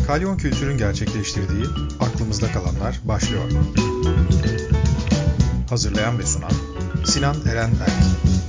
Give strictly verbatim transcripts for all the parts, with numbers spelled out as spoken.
Kalyon Kültür'ün gerçekleştirdiği Aklımızda Kalanlar başlıyor. Hazırlayan ve sunan Sinan Eren Erk.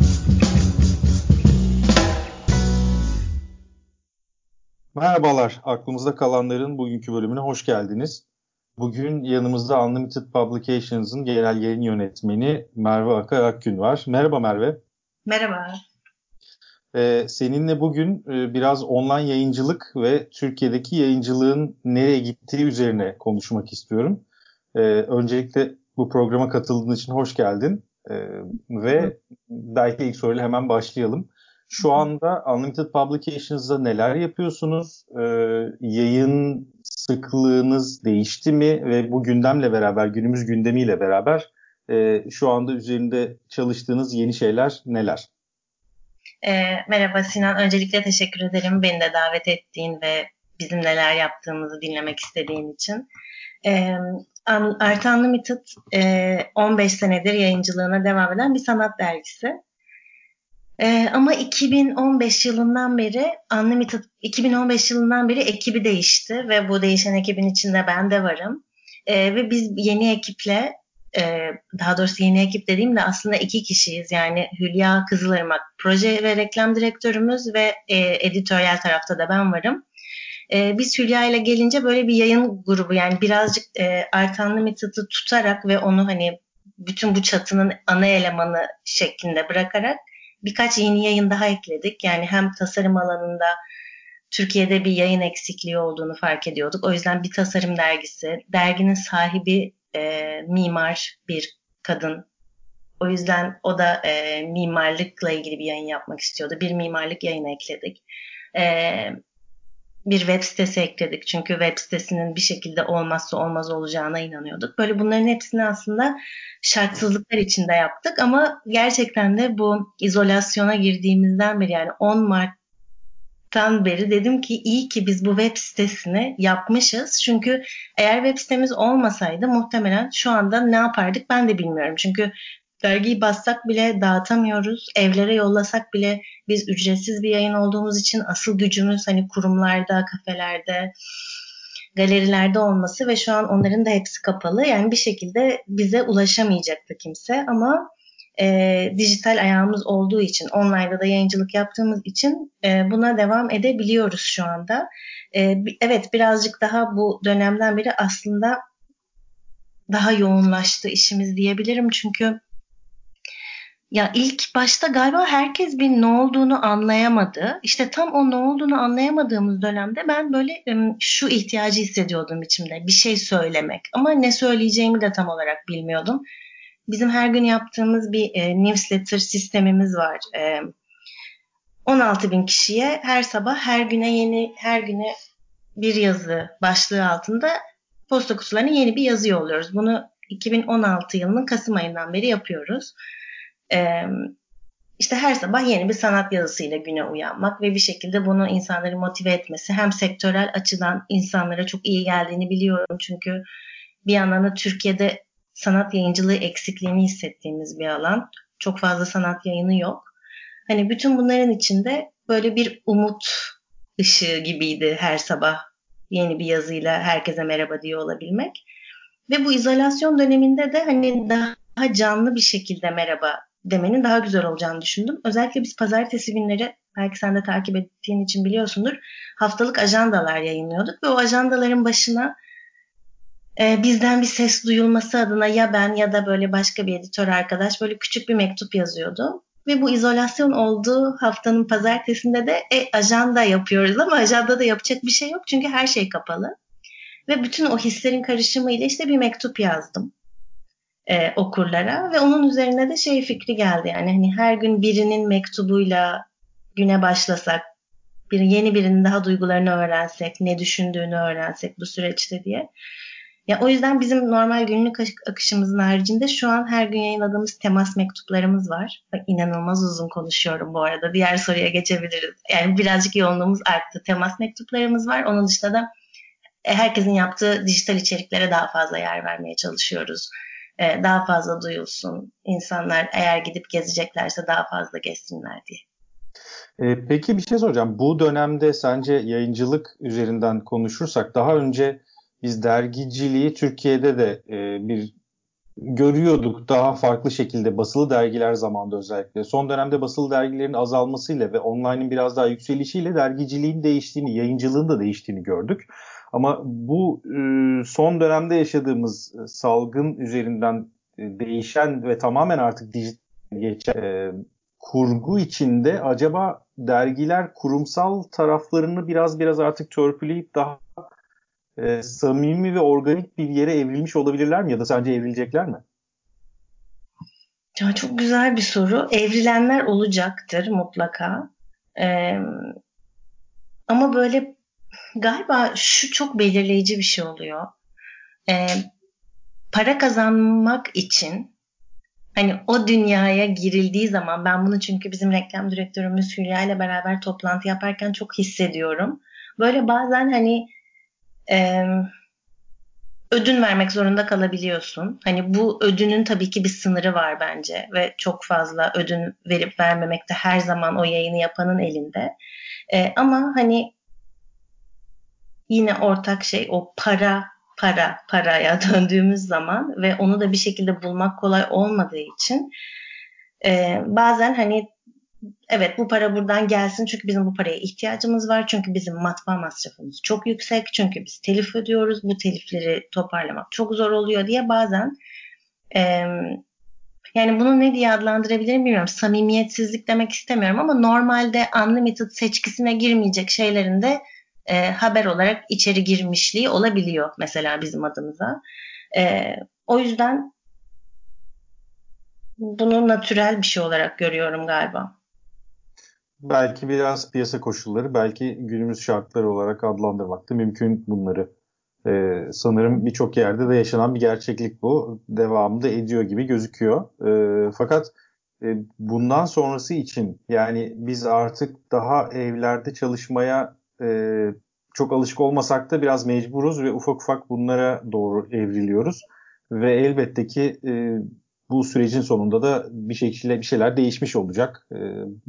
Merhabalar, Aklımızda Kalanlar'ın bugünkü bölümüne hoş geldiniz. Bugün yanımızda Unlimited Publications'ın genel yayın yönetmeni Merve Akar Akgün var. Merhaba Merve. Merhaba. Ee, seninle bugün e, biraz online yayıncılık ve Türkiye'deki yayıncılığın nereye gittiği üzerine konuşmak istiyorum. Ee, öncelikle bu programa katıldığın için hoş geldin. Ee, ve belki ilk soruyla hemen başlayalım. Şu anda Unlimited Publications'da neler yapıyorsunuz? Ee, yayın sıklığınız değişti mi? Ve bu gündemle beraber, günümüz gündemiyle beraber e, şu anda üzerinde çalıştığınız yeni şeyler neler? E, merhaba Sinan. Öncelikle teşekkür ederim beni de davet ettiğin ve bizim neler yaptığımızı dinlemek istediğin için. E, Art Unlimited e, on beş senedir yayıncılığına devam eden bir sanat dergisi. E, ama iki bin on beş yılından beri Unlimited iki bin on beş yılından beri ekibi değişti ve bu değişen ekibin içinde ben de varım. E, ve biz yeni ekiple e, daha doğrusu yeni ekip dediğimde aslında iki kişiyiz. Yani Hülya Kızılırmak proje ve reklam direktörümüz ve e, editoryal tarafta da ben varım. E, biz Hülya ile gelince böyle bir yayın grubu, yani birazcık e, Art Unlimited'ı tutarak ve onu hani bütün bu çatının ana elemanı şeklinde bırakarak birkaç yeni yayın daha ekledik. Yani hem tasarım alanında Türkiye'de bir yayın eksikliği olduğunu fark ediyorduk. O yüzden bir tasarım dergisi, derginin sahibi e, mimar bir kadın. O yüzden o da e, mimarlıkla ilgili bir yayın yapmak istiyordu. Bir mimarlık yayını ekledik. E, bir web sitesi ekledik. Çünkü web sitesinin bir şekilde olmazsa olmaz olacağına inanıyorduk. Böyle bunların hepsini aslında şartsızlıklar içinde yaptık ama gerçekten de bu izolasyona girdiğimizden beri, yani on Mart'tan beri dedim ki iyi ki biz bu web sitesini yapmışız. Çünkü eğer web sitemiz olmasaydı muhtemelen şu anda ne yapardık ben de bilmiyorum. Çünkü dergiyi bassak bile dağıtamıyoruz. Evlere yollasak bile biz ücretsiz bir yayın olduğumuz için asıl gücümüz hani kurumlarda, kafelerde, galerilerde olması ve şu an onların da hepsi kapalı. Yani bir şekilde bize ulaşamayacaktı kimse ama e, dijital ayağımız olduğu için, online'da da yayıncılık yaptığımız için e, buna devam edebiliyoruz şu anda. E, evet, birazcık daha bu dönemden beri aslında daha yoğunlaştı işimiz diyebilirim. Çünkü ya ilk başta galiba herkes bir ne olduğunu anlayamadı. İşte tam o ne olduğunu anlayamadığımız dönemde ben böyle ım, şu ihtiyacı hissediyordum içimde. Bir şey söylemek. Ama ne söyleyeceğimi de tam olarak bilmiyordum. Bizim her gün yaptığımız bir e, newsletter sistemimiz var. E, on altı bin kişiye her sabah her güne yeni her güne bir yazı başlığı altında posta kutularına yeni bir yazı yolluyoruz. Bunu iki bin on altı yılının Kasım ayından beri yapıyoruz. Ee, işte her sabah yeni bir sanat yazısıyla güne uyanmak ve bir şekilde bunu insanları motive etmesi, hem sektörel açıdan insanlara çok iyi geldiğini biliyorum. Çünkü bir yandan da Türkiye'de sanat yayıncılığı eksikliğini hissettiğimiz bir alan. Çok fazla sanat yayını yok. Hani bütün bunların içinde böyle bir umut ışığı gibiydi her sabah yeni bir yazıyla herkese merhaba diye olabilmek. Ve bu izolasyon döneminde de hani daha canlı bir şekilde merhaba demenin daha güzel olacağını düşündüm. Özellikle biz pazartesi günleri, belki sen de takip ettiğin için biliyorsundur, haftalık ajandalar yayınlıyorduk ve o ajandaların başına e, bizden bir ses duyulması adına ya ben ya da böyle başka bir editör arkadaş böyle küçük bir mektup yazıyordu. Ve bu izolasyon olduğu haftanın pazartesinde de e, ajanda yapıyoruz ama ajandada yapacak bir şey yok çünkü her şey kapalı. Ve bütün o hislerin karışımıyla işte bir mektup yazdım e, okurlara ve onun üzerine de şey fikri geldi, yani hani her gün birinin mektubuyla güne başlasak, bir yeni birinin daha duygularını öğrensek, ne düşündüğünü öğrensek bu süreçte diye. Ya o yüzden bizim normal günlük akışımızın haricinde şu an her gün yayınladığımız temas mektuplarımız var. Bak, inanılmaz uzun konuşuyorum bu arada. Diğer soruya geçebiliriz. Yani birazcık yoğunluğumuz arttı. Temas mektuplarımız var. Onun dışında da herkesin yaptığı dijital içeriklere daha fazla yer vermeye çalışıyoruz. Daha fazla duyulsun. İnsanlar eğer gidip gezeceklerse daha fazla gezsinler diye. E, peki bir şey soracağım. Bu dönemde sence yayıncılık üzerinden konuşursak daha önce biz dergiciliği Türkiye'de de e, bir görüyorduk daha farklı şekilde basılı dergiler zamanında özellikle. Son dönemde basılı dergilerin azalmasıyla ve online'ın biraz daha yükselişiyle dergiciliğin değiştiğini, yayıncılığın da değiştiğini gördük. Ama bu e, son dönemde yaşadığımız e, salgın üzerinden e, değişen ve tamamen artık dijital geçen e, kurgu içinde acaba dergiler kurumsal taraflarını biraz biraz artık törpüleyip daha e, samimi ve organik bir yere evrilmiş olabilirler mi? Ya da sence evrilecekler mi? Ya çok güzel bir soru. Evrilenler olacaktır mutlaka. Ee, ama böyle galiba şu çok belirleyici bir şey oluyor. Ee, para kazanmak için hani o dünyaya girildiği zaman ben bunu çünkü bizim reklam direktörümüz Hülya ile beraber toplantı yaparken çok hissediyorum. Böyle bazen hani e, ödün vermek zorunda kalabiliyorsun. Hani bu ödünün tabii ki bir sınırı var bence ve çok fazla ödün verip vermemek de her zaman o yayını yapanın elinde. E, ama hani yine ortak şey o para para paraya döndüğümüz zaman ve onu da bir şekilde bulmak kolay olmadığı için e, bazen hani evet bu para buradan gelsin çünkü bizim bu paraya ihtiyacımız var. Çünkü bizim matbaa masrafımız çok yüksek. Çünkü biz telif ödüyoruz. Bu telifleri toparlamak çok zor oluyor diye bazen e, yani bunu ne diye adlandırabilirim bilmiyorum. Samimiyetsizlik demek istemiyorum ama normalde unlimited seçkisine girmeyecek şeylerin de e, haber olarak içeri girmişliği olabiliyor mesela bizim adımıza. E, o yüzden bunu natürel bir şey olarak görüyorum galiba. Belki biraz piyasa koşulları, belki günümüz şartları olarak adlandırmak da mümkün bunları. Ee, sanırım birçok yerde de yaşanan bir gerçeklik bu. Devamı da ediyor gibi gözüküyor. Ee, fakat e, bundan sonrası için yani biz artık daha evlerde çalışmaya e, çok alışık olmasak da biraz mecburuz ve ufak ufak bunlara doğru evriliyoruz. Ve elbette ki e, bu sürecin sonunda da bir şekilde bir şeyler değişmiş olacak. E,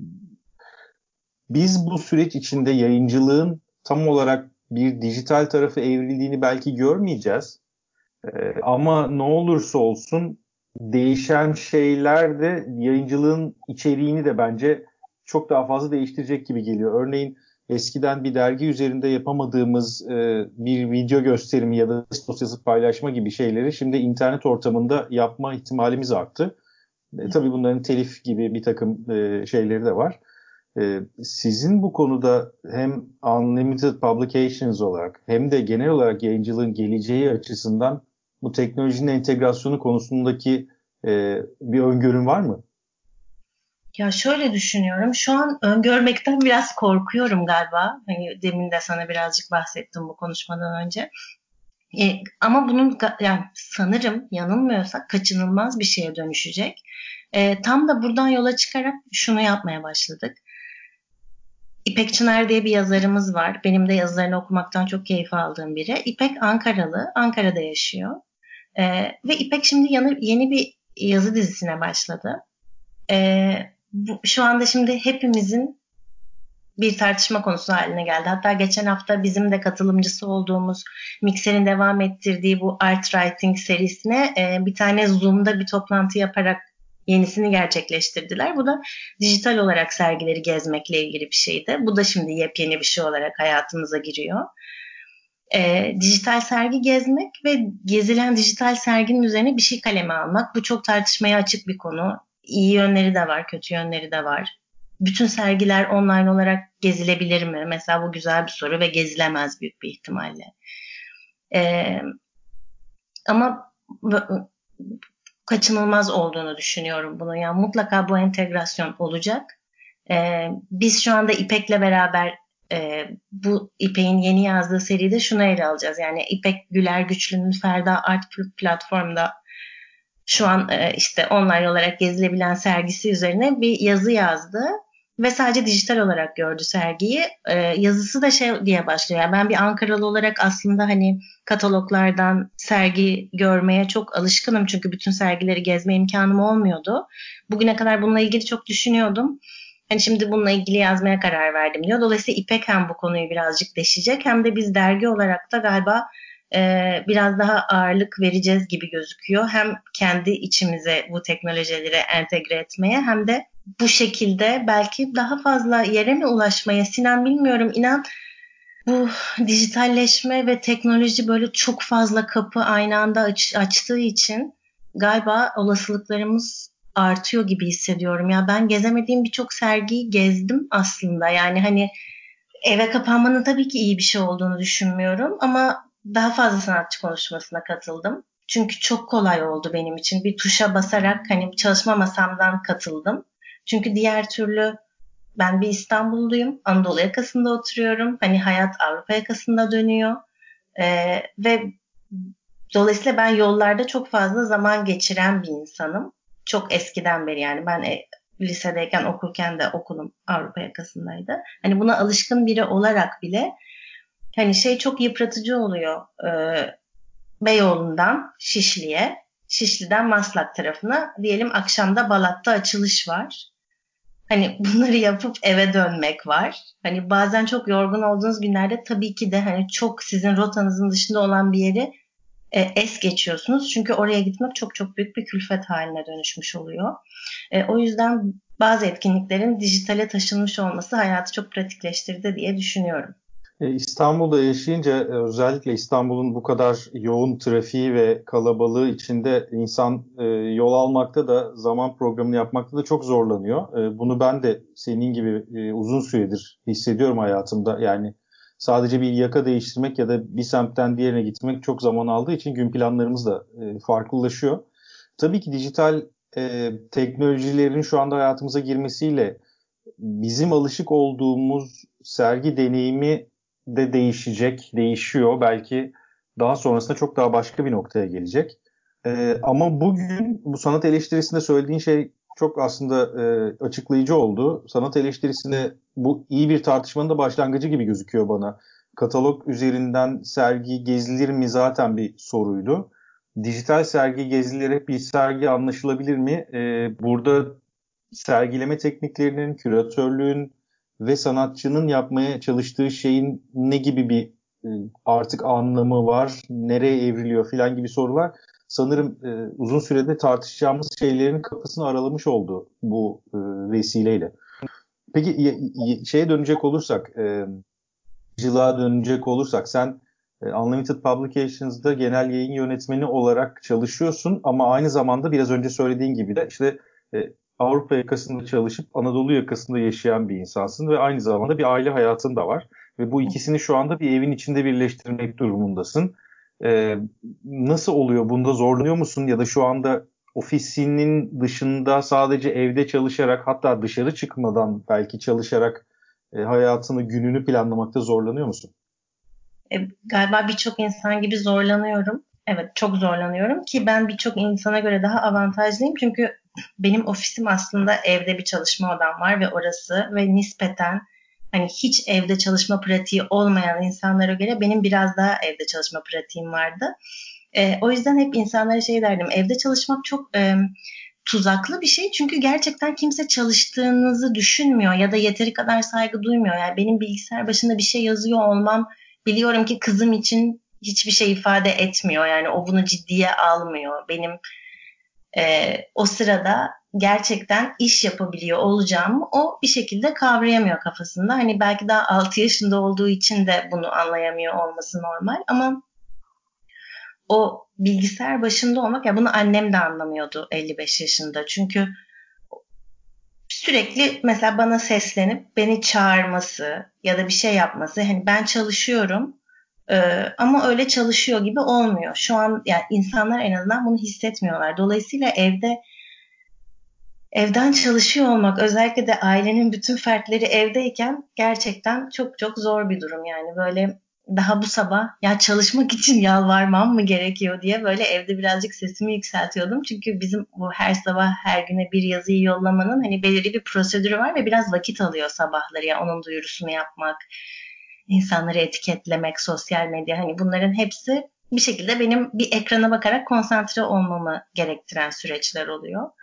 biz bu süreç içinde yayıncılığın tam olarak bir dijital tarafı evrildiğini belki görmeyeceğiz. Ee, ama ne olursa olsun değişen şeyler de yayıncılığın içeriğini de bence çok daha fazla değiştirecek gibi geliyor. Örneğin eskiden bir dergi üzerinde yapamadığımız e, bir video gösterimi ya da dosyası paylaşma gibi şeyleri şimdi internet ortamında yapma ihtimalimiz arttı. E, tabii bunların telif gibi bir takım e, şeyleri de var. Ee, sizin bu konuda hem Unlimited Publications olarak hem de genel olarak yayıncılığın geleceği açısından bu teknolojinin entegrasyonu konusundaki e, bir öngörün var mı? Ya şöyle düşünüyorum. Şu an öngörmekten biraz korkuyorum galiba. Hani demin de sana birazcık bahsettim bu konuşmadan önce. E, ama bunun yani sanırım yanılmıyorsak kaçınılmaz bir şeye dönüşecek. E, tam da buradan yola çıkarak şunu yapmaya başladık. İpek Çınar diye bir yazarımız var. Benim de yazılarını okumaktan çok keyif aldığım biri. İpek Ankaralı, Ankara'da yaşıyor. E, ve İpek şimdi yeni, yeni bir yazı dizisine başladı. E, bu, şu anda şimdi hepimizin bir tartışma konusu haline geldi. Hatta geçen hafta bizim de katılımcısı olduğumuz Mikser'in devam ettirdiği bu Art Writing serisine e, bir tane Zoom'da bir toplantı yaparak yenisini gerçekleştirdiler. Bu da dijital olarak sergileri gezmekle ilgili bir şeydi. Bu da şimdi yepyeni bir şey olarak hayatımıza giriyor. E, dijital sergi gezmek ve gezilen dijital serginin üzerine bir şey kaleme almak. Bu çok tartışmaya açık bir konu. İyi yönleri de var, kötü yönleri de var. Bütün sergiler online olarak gezilebilir mi? Mesela bu güzel bir soru ve gezilemez büyük bir ihtimalle. Ee, ama kaçınılmaz olduğunu düşünüyorum bunun. Yani mutlaka bu entegrasyon olacak. Ee, biz şu anda İpek'le beraber e, bu İpek'in yeni yazdığı seride şunu ele alacağız. Yani İpek Güler Güçlü'nün Ferda Art platformda şu an e, işte online olarak gezilebilen sergisi üzerine bir yazı yazdı ve sadece dijital olarak gördü sergiyi. E, yazısı da şey diye başlıyor. Yani ben bir Ankaralı olarak aslında hani kataloglardan sergi görmeye çok alışkınım çünkü bütün sergileri gezme imkanım olmuyordu. Bugüne kadar bununla ilgili çok düşünüyordum. Hani şimdi bununla ilgili yazmaya karar verdim diyor. Dolayısıyla İpek hem bu konuyu birazcık deşecek hem de biz dergi olarak da galiba e, biraz daha ağırlık vereceğiz gibi gözüküyor. Hem kendi içimize bu teknolojileri entegre etmeye hem de bu şekilde belki daha fazla yere mi ulaşmaya? Sinan bilmiyorum, inan bu dijitalleşme ve teknoloji böyle çok fazla kapı aynı anda aç, açtığı için galiba olasılıklarımız artıyor gibi hissediyorum. Ya ben gezemediğim birçok sergiyi gezdim aslında. Yani hani eve kapanmanın tabii ki iyi bir şey olduğunu düşünmüyorum ama daha fazla sanatçı konuşmasına katıldım. Çünkü çok kolay oldu benim için. Bir tuşa basarak hani çalışma masamdan katıldım. Çünkü diğer türlü ben bir İstanbulluyum. Anadolu yakasında oturuyorum. Hani hayat Avrupa yakasında dönüyor. Ee, ve dolayısıyla ben yollarda çok fazla zaman geçiren bir insanım. Çok eskiden beri yani ben e, lisedeyken okurken de okulum Avrupa yakasındaydı. Hani buna alışkın biri olarak bile hani şey çok yıpratıcı oluyor. Ee, Beyoğlu'ndan Şişli'ye, Şişli'den Maslak tarafına diyelim akşamda Balat'ta açılış var. Hani bunları yapıp eve dönmek var. Hani bazen çok yorgun olduğunuz günlerde tabii ki de hani çok sizin rotanızın dışında olan bir yeri e, es geçiyorsunuz. Çünkü oraya gitmek çok çok büyük bir külfet haline dönüşmüş oluyor. E, o yüzden bazı etkinliklerin dijitale taşınmış olması hayatı çok pratikleştirdi diye düşünüyorum. E, İstanbul'da yaşayınca e, özellikle İstanbul'un bu kadar yoğun trafiği ve kalabalığı içinde insan e, yol almakta da zaman programını yapmakta da çok zorlanıyor. E, bunu ben de senin gibi e, uzun süredir hissediyorum hayatımda. Yani sadece bir yaka değiştirmek ya da bir semtten diğerine gitmek çok zaman aldığı için gün planlarımız da e, farklılaşıyor. Tabii ki dijital e, teknolojilerin şu anda hayatımıza girmesiyle bizim alışık olduğumuz sergi deneyimi de değişecek, değişiyor. Belki daha sonrasında çok daha başka bir noktaya gelecek. Ee, ama bugün bu sanat eleştirisinde söylediğin şey çok aslında e, açıklayıcı oldu. Sanat eleştirisinde bu iyi bir tartışmanın da başlangıcı gibi gözüküyor bana. Katalog üzerinden sergi gezilir mi zaten bir soruydu. Dijital sergi gezilerek bir sergi anlaşılabilir mi? Ee, burada sergileme tekniklerinin, küratörlüğün ve sanatçının yapmaya çalıştığı şeyin ne gibi bir e, artık anlamı var, nereye evriliyor filan gibi sorular sanırım e, uzun süredir tartışacağımız şeylerin kapısını aralamış oldu bu e, vesileyle. Peki y- y- şeye dönecek olursak, e, yayıncılığa dönecek olursak sen e, Unlimited Publications'da genel yayın yönetmeni olarak çalışıyorsun ama aynı zamanda biraz önce söylediğin gibi de işte e, Avrupa yakasında çalışıp Anadolu yakasında yaşayan bir insansın ve aynı zamanda bir aile hayatın da var. Ve bu ikisini şu anda bir evin içinde birleştirmek durumundasın. E, nasıl oluyor? Bunda zorlanıyor musun? Ya da şu anda ofisinin dışında sadece evde çalışarak hatta dışarı çıkmadan belki çalışarak e, hayatını, gününü planlamakta zorlanıyor musun? E, galiba birçok insan gibi zorlanıyorum. Evet, çok zorlanıyorum ki ben birçok insana göre daha avantajlıyım. Çünkü benim ofisim aslında evde bir çalışma odam var ve orası ve nispeten hani hiç evde çalışma pratiği olmayan insanlara göre benim biraz daha evde çalışma pratiğim vardı. E, o yüzden hep insanlara şey derdim. Evde çalışmak çok e, tuzaklı bir şey. Çünkü gerçekten kimse çalıştığınızı düşünmüyor ya da yeteri kadar saygı duymuyor. Yani benim bilgisayar başında bir şey yazıyor olmam biliyorum ki kızım için hiçbir şey ifade etmiyor. Yani o bunu ciddiye almıyor. Benim e, o sırada gerçekten iş yapabiliyor olacağımı o bir şekilde kavrayamıyor kafasında. Hani belki daha altı yaşında olduğu için de bunu anlayamıyor olması normal ama o bilgisayar başında olmak ya bunu annem de anlamıyordu elli beş yaşında. Çünkü sürekli mesela bana seslenip beni çağırması ya da bir şey yapması. Hani ben çalışıyorum e, ama öyle çalışıyor gibi olmuyor. Şu an yani insanlar en azından bunu hissetmiyorlar. Dolayısıyla evde evden çalışıyor olmak özellikle de ailenin bütün fertleri evdeyken gerçekten çok çok zor bir durum yani böyle daha bu sabah ya çalışmak için yalvarmam mı gerekiyor diye böyle evde birazcık sesimi yükseltiyordum. Çünkü bizim bu her sabah her güne bir yazıyı yollamanın hani belirli bir prosedürü var ve biraz vakit alıyor sabahları ya onun duyurusunu yapmak, insanları etiketlemek, sosyal medya hani bunların hepsi bir şekilde benim bir ekrana bakarak konsantre olmamı gerektiren süreçler oluyor.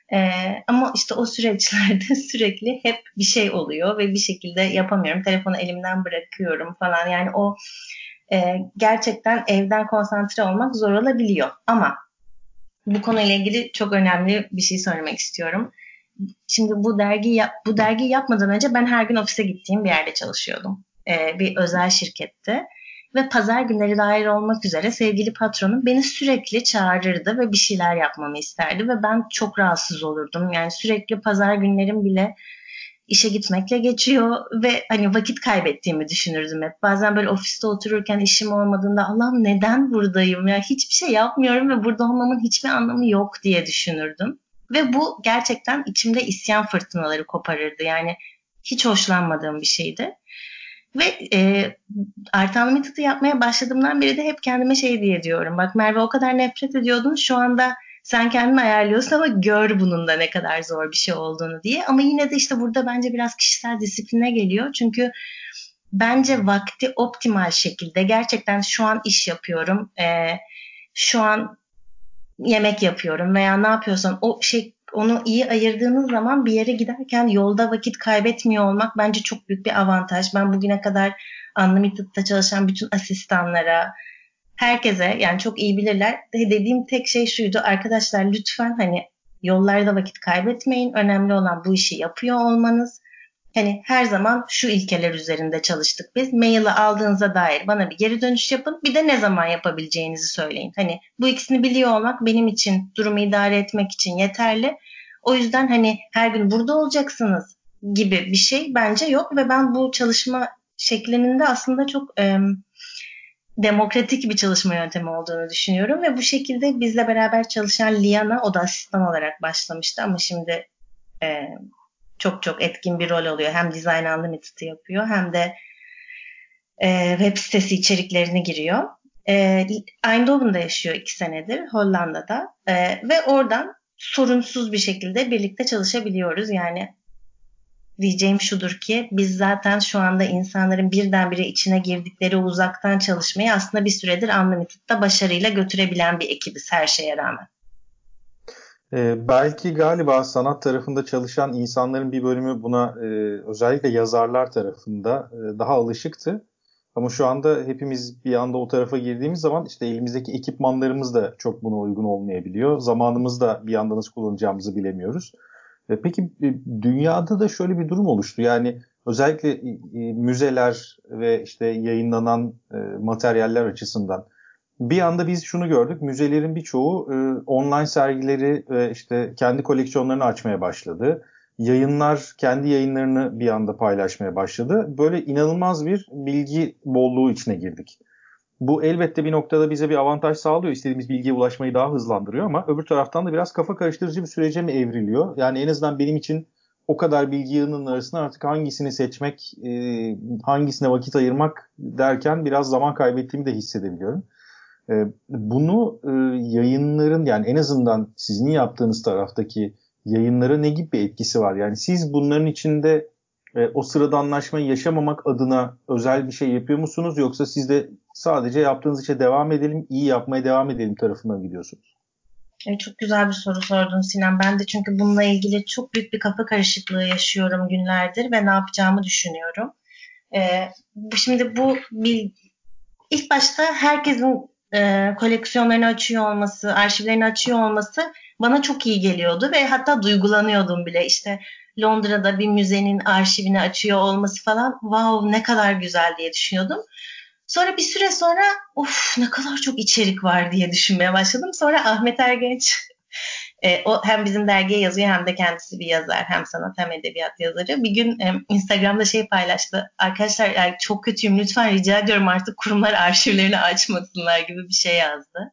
Ee, ama işte o süreçlerde sürekli hep bir şey oluyor ve bir şekilde yapamıyorum. Telefonu elimden bırakıyorum falan. Yani o e, gerçekten evden konsantre olmak zor olabiliyor. Ama bu konuyla ilgili çok önemli bir şey söylemek istiyorum. Şimdi bu dergi yap, bu dergiyi yapmadan önce ben her gün ofise gittiğim bir yerde çalışıyordum. Ee, bir özel şirkette. Ve pazar günleri dahil olmak üzere sevgili patronum beni sürekli çağırırdı ve bir şeyler yapmamı isterdi ve ben çok rahatsız olurdum. Yani sürekli pazar günlerim bile işe gitmekle geçiyor ve hani vakit kaybettiğimi düşünürdüm hep. Bazen böyle ofiste otururken işim olmadığında Allah'ım neden buradayım ya, hiçbir şey yapmıyorum ve burada olmamın hiçbir anlamı yok diye düşünürdüm. Ve bu gerçekten içimde isyan fırtınaları koparırdı. Yani hiç hoşlanmadığım bir şeydi. Ve e, Artan Limited'ı yapmaya başladığımdan beri de hep kendime şey diye diyorum. Bak Merve, o kadar nefret ediyordun, şu anda sen kendini ayarlıyorsun ama gör bunun da ne kadar zor bir şey olduğunu diye. Ama yine de işte burada bence biraz kişisel disipline geliyor. Çünkü bence vakti optimal şekilde gerçekten şu an iş yapıyorum, e, şu an yemek yapıyorum veya ne yapıyorsan o şey, onu iyi ayırdığınız zaman bir yere giderken yolda vakit kaybetmiyor olmak bence çok büyük bir avantaj. Ben bugüne kadar Unlimited'da çalışan bütün asistanlara, herkese, yani çok iyi bilirler, dediğim tek şey şuydu: arkadaşlar lütfen hani yollarda vakit kaybetmeyin. Önemli olan bu işi yapıyor olmanız. Hani her zaman şu ilkeler üzerinde çalıştık biz. Maili aldığınıza dair bana bir geri dönüş yapın. Bir de ne zaman yapabileceğinizi söyleyin. Hani bu ikisini biliyor olmak benim için, durumu idare etmek için yeterli. O yüzden hani her gün burada olacaksınız gibi bir şey bence yok ve ben bu çalışma şeklinin de aslında çok e, demokratik bir çalışma yöntemi olduğunu düşünüyorum ve bu şekilde bizle beraber çalışan Liana, o da asistan olarak başlamıştı ama şimdi e, çok çok etkin bir rol alıyor. Hem Design Unlimited'ı yapıyor hem de e, web sitesi içeriklerini giriyor. E, Eindhoven'da yaşıyor iki senedir, Hollanda'da. E, ve oradan sorunsuz bir şekilde birlikte çalışabiliyoruz. Yani diyeceğim şudur ki biz zaten şu anda insanların birdenbire içine girdikleri uzaktan çalışmayı aslında bir süredir Unlimited'da başarıyla götürebilen bir ekibiz her şeye rağmen. Ee, belki galiba sanat tarafında çalışan insanların bir bölümü buna e, özellikle yazarlar tarafında e, daha alışıktı. Ama şu anda hepimiz bir anda o tarafa girdiğimiz zaman işte elimizdeki ekipmanlarımız da çok buna uygun olmayabiliyor. Zamanımızı da bir anda nasıl kullanacağımızı bilemiyoruz. E, peki e, dünyada da şöyle bir durum oluştu. Yani özellikle e, müzeler ve işte yayınlanan e, materyaller açısından bir anda biz şunu gördük: müzelerin birçoğu e, online sergileri ve işte kendi koleksiyonlarını açmaya başladı. Yayınlar kendi yayınlarını bir anda paylaşmaya başladı. Böyle inanılmaz bir bilgi bolluğu içine girdik. Bu elbette bir noktada bize bir avantaj sağlıyor. İstediğimiz bilgiye ulaşmayı daha hızlandırıyor ama öbür taraftan da biraz kafa karıştırıcı bir sürece mi evriliyor? Yani en azından benim için o kadar bilgi yığınının arasında artık hangisini seçmek, e, hangisine vakit ayırmak derken biraz zaman kaybettiğimi de hissedebiliyorum. E, bunu e, yayınların, yani en azından sizin yaptığınız taraftaki yayınlara ne gibi bir etkisi var? Yani siz bunların içinde e, o sıradanlaşmayı yaşamamak adına özel bir şey yapıyor musunuz? Yoksa siz de sadece yaptığınız işe devam edelim, iyi yapmaya devam edelim tarafından gidiyorsunuz? E, çok güzel bir soru sordun Sinan. Ben de çünkü bununla ilgili çok büyük bir kafa karışıklığı yaşıyorum günlerdir ve ne yapacağımı düşünüyorum. E, şimdi bu bir, ilk başta herkesin e, koleksiyonlarını açıyor olması, arşivlerini açıyor olması bana çok iyi geliyordu ve hatta duygulanıyordum bile. İşte Londra'da bir müzenin arşivini açıyor olması falan, wow ne kadar güzel diye düşünüyordum. Sonra bir süre sonra of ne kadar çok içerik var diye düşünmeye başladım. Sonra Ahmet Ergenç, e, o hem bizim dergiye yazıyor hem de kendisi bir yazar, hem sanat hem edebiyat yazarı. Bir gün e, Instagram'da şey paylaştı: arkadaşlar yani çok kötüyüm, lütfen rica ediyorum artık kurumlar arşivlerini açmasınlar gibi bir şey yazdı.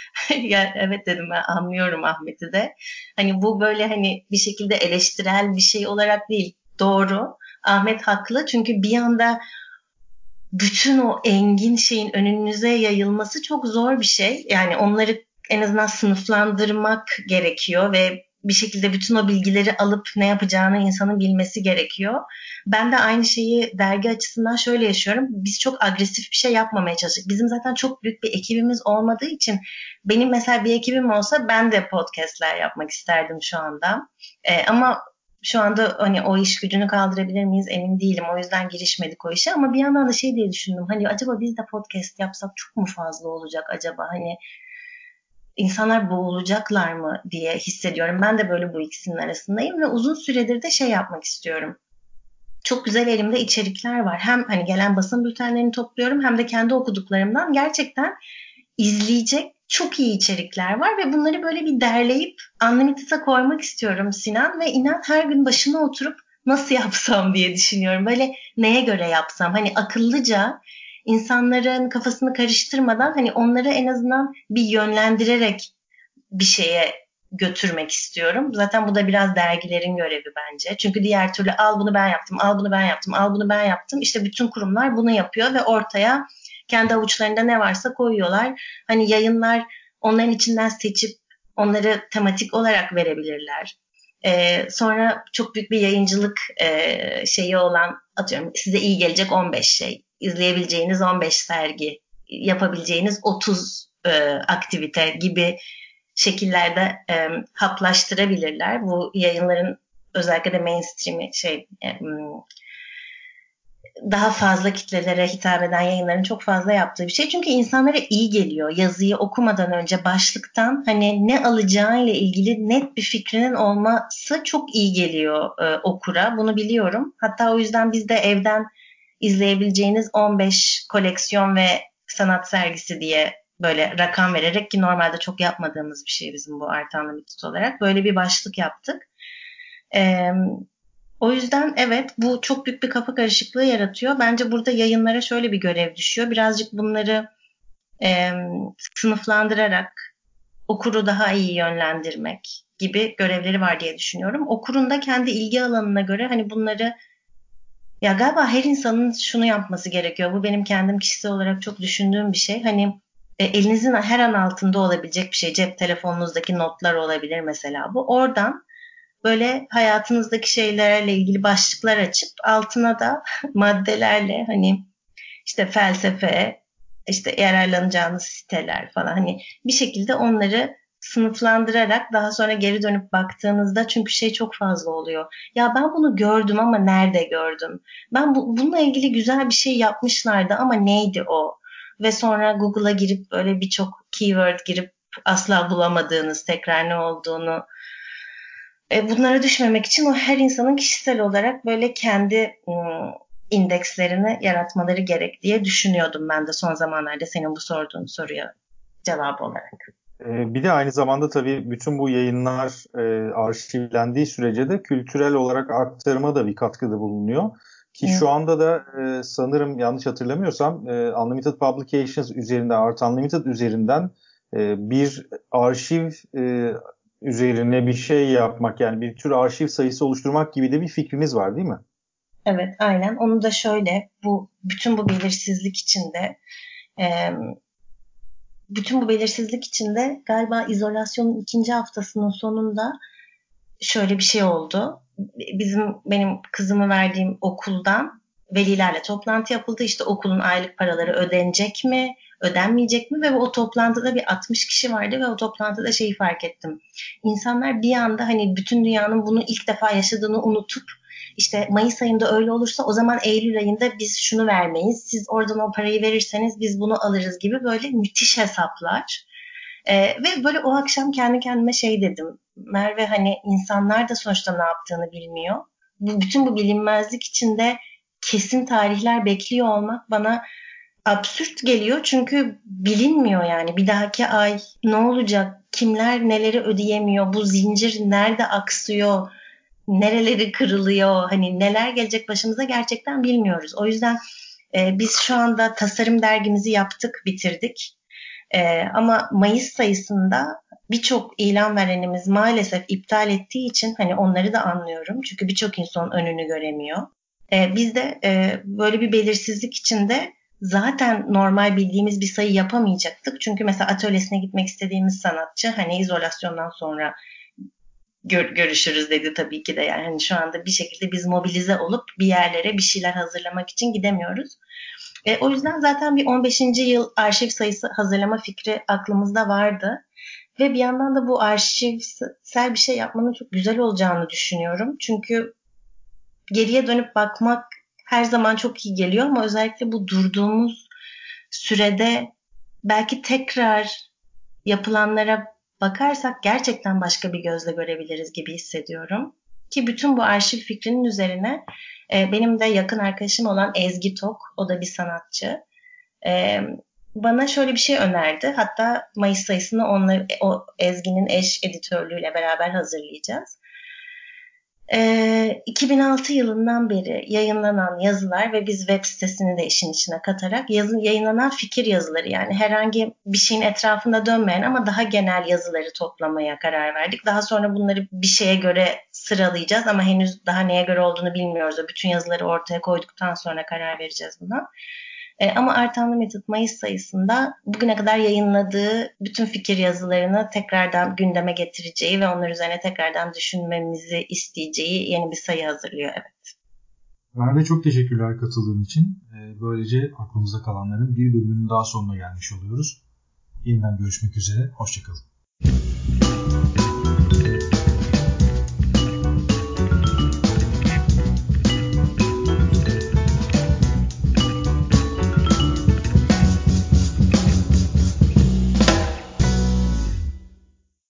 Ya evet dedim, ben anlıyorum Ahmet'i de. Hani bu böyle hani bir şekilde eleştirel bir şey olarak değil. Doğru. Ahmet haklı çünkü bir anda bütün o engin şeyin önünüze yayılması çok zor bir şey. Yani onları en azından sınıflandırmak gerekiyor ve bir şekilde bütün o bilgileri alıp ne yapacağını insanın bilmesi gerekiyor. Ben de aynı şeyi dergi açısından şöyle yaşıyorum. Biz çok agresif bir şey yapmamaya çalıştık. Bizim zaten çok büyük bir ekibimiz olmadığı için benim mesela bir ekibim olsa ben de podcastler yapmak isterdim şu anda. Ee, ama şu anda hani o iş gücünü kaldırabilir miyiz emin değilim. O yüzden girişmedik o işe. Ama bir yandan da şey diye düşündüm. Hani acaba biz de podcast yapsak çok mu fazla olacak acaba? Hani insanlar boğulacaklar mı diye hissediyorum. Ben de böyle bu ikisinin arasındayım ve uzun süredir de şey yapmak istiyorum. Çok güzel elimde içerikler var. Hem hani gelen basın bültenlerini topluyorum hem de kendi okuduklarımdan gerçekten izleyecek çok iyi içerikler var ve bunları böyle bir derleyip Unlimited'a koymak istiyorum Sinan ve inan her gün başına oturup nasıl yapsam diye düşünüyorum. Böyle neye göre yapsam? Hani akıllıca insanların kafasını karıştırmadan hani onları en azından bir yönlendirerek bir şeye götürmek istiyorum. Zaten bu da biraz dergilerin görevi bence. Çünkü diğer türlü al bunu ben yaptım, al bunu ben yaptım, al bunu ben yaptım. İşte bütün kurumlar bunu yapıyor ve ortaya kendi avuçlarında ne varsa koyuyorlar. Hani yayınlar onların içinden seçip onları tematik olarak verebilirler. Ee, sonra çok büyük bir yayıncılık e, şeyi olan atıyorum size iyi gelecek on beş şey, izleyebileceğiniz on beş sergi, yapabileceğiniz otuz e, aktivite gibi şekillerde e, haplaştırabilirler. Bu yayınların özellikle de mainstream'i şey e, daha fazla kitlelere hitap eden yayınların çok fazla yaptığı bir şey. Çünkü insanlara iyi geliyor. Yazıyı okumadan önce başlıktan hani ne alacağıyla ilgili net bir fikrinin olması çok iyi geliyor e, okura. Bunu biliyorum. Hatta o yüzden biz de evden izleyebileceğiniz on beş koleksiyon ve sanat sergisi diye böyle rakam vererek ki normalde çok yapmadığımız bir şey bizim bu Artan Limited olarak. Böyle bir başlık yaptık. Eee O yüzden evet bu çok büyük bir kafa karışıklığı yaratıyor. Bence burada yayınlara şöyle bir görev düşüyor. Birazcık bunları e, sınıflandırarak okuru daha iyi yönlendirmek gibi görevleri var diye düşünüyorum. Okurun da kendi ilgi alanına göre hani bunları ya galiba her insanın şunu yapması gerekiyor. Bu benim kendim kişisel olarak çok düşündüğüm bir şey. Hani e, elinizin her an altında olabilecek bir şey. Cep telefonunuzdaki notlar olabilir mesela bu. Oradan böyle hayatınızdaki şeylerle ilgili başlıklar açıp altına da maddelerle hani işte felsefe, işte yararlanacağınız siteler falan hani bir şekilde onları sınıflandırarak daha sonra geri dönüp baktığınızda çünkü şey çok fazla oluyor. Ya ben bunu gördüm ama nerede gördüm? Ben bu, bununla ilgili güzel bir şey yapmışlardı ama neydi o? Ve sonra Google'a girip böyle birçok keyword girip asla bulamadığınız tekrar ne olduğunu e, bunlara düşmemek için o her insanın kişisel olarak böyle kendi ım, indekslerini yaratmaları gerek diye düşünüyordum ben de son zamanlarda senin bu sorduğun soruya cevap olarak. Ee, Bir de aynı zamanda tabii bütün bu yayınlar e, arşivlendiği sürece de kültürel olarak aktarıma da bir katkıda bulunuyor. Ki Hı. şu anda da e, sanırım yanlış hatırlamıyorsam e, Unlimited Publications üzerinde, Art Unlimited üzerinden e, bir arşiv e, üzerine bir şey yapmak yani bir tür arşiv sayısı oluşturmak gibi de bir fikriniz var değil mi? Evet, aynen. Onu da şöyle, bu bütün bu belirsizlik içinde, e, bütün bu belirsizlik içinde galiba izolasyonun ikinci haftasının sonunda şöyle bir şey oldu. Bizim benim kızımı verdiğim okuldan velilerle toplantı yapıldı. İşte okulun aylık paraları ödenecek mi, ödenmeyecek mi? Ve o toplantıda bir altmış kişi vardı ve o toplantıda şeyi fark ettim. İnsanlar bir anda hani bütün dünyanın bunu ilk defa yaşadığını unutup işte Mayıs ayında öyle olursa o zaman Eylül ayında biz şunu vermeyiz. Siz oradan o parayı verirseniz biz bunu alırız gibi böyle müthiş hesaplar. Ee, ve böyle o akşam kendi kendime şey dedim. Merve hani insanlar da sonuçta ne yaptığını bilmiyor. Bu, bütün bu bilinmezlik içinde kesin tarihler bekliyor olmak bana absürt geliyor. Çünkü bilinmiyor yani bir dahaki ay ne olacak? Kimler neleri ödeyemiyor? Bu zincir nerede aksıyor? Nereleri kırılıyor? Hani neler gelecek başımıza gerçekten bilmiyoruz. O yüzden e, biz şu anda tasarım dergimizi yaptık, bitirdik. Ee, ama Mayıs sayısında birçok ilan verenimiz maalesef iptal ettiği için hani onları da anlıyorum. Çünkü birçok insan önünü göremiyor. Ee, biz de e, böyle bir belirsizlik içinde zaten normal bildiğimiz bir sayı yapamayacaktık. Çünkü mesela atölyesine gitmek istediğimiz sanatçı hani izolasyondan sonra gör, görüşürüz dedi tabii ki de. Yani hani şu anda bir şekilde biz mobilize olup bir yerlere bir şeyler hazırlamak için gidemiyoruz. E, o yüzden zaten bir on beşinci yıl arşiv sayısı hazırlama fikri aklımızda vardı. Ve bir yandan da bu arşivsel bir şey yapmanın çok güzel olacağını düşünüyorum. Çünkü geriye dönüp bakmak her zaman çok iyi geliyor ama özellikle bu durduğumuz sürede belki tekrar yapılanlara bakarsak gerçekten başka bir gözle görebiliriz gibi hissediyorum. Ki bütün bu arşiv fikrinin üzerine e, benim de yakın arkadaşım olan Ezgi Tok, o da bir sanatçı. E, bana şöyle bir şey önerdi. Hatta Mayıs sayısını onları, o Ezgi'nin eş editörlüğüyle beraber hazırlayacağız. Ee, iki bin altı yılından beri yayınlanan yazılar ve biz web sitesini de işin içine katarak yazı, yayınlanan fikir yazıları, yani herhangi bir şeyin etrafında dönmeyen ama daha genel yazıları toplamaya karar verdik. Daha sonra bunları bir şeye göre sıralayacağız ama henüz daha neye göre olduğunu bilmiyoruz. O bütün yazıları ortaya koyduktan sonra karar vereceğiz buna. E, ama Artanlı Metot Mayıs sayısında bugüne kadar yayınladığı bütün fikir yazılarını tekrardan gündeme getireceği ve onlar üzerine tekrardan düşünmemizi isteyeceği yeni bir sayı hazırlıyor. Evet. Merve, çok teşekkürler katıldığın için. Böylece aklımızda kalanların bir bölümünün daha sonuna gelmiş oluyoruz. Yeniden görüşmek üzere. Hoşçakalın.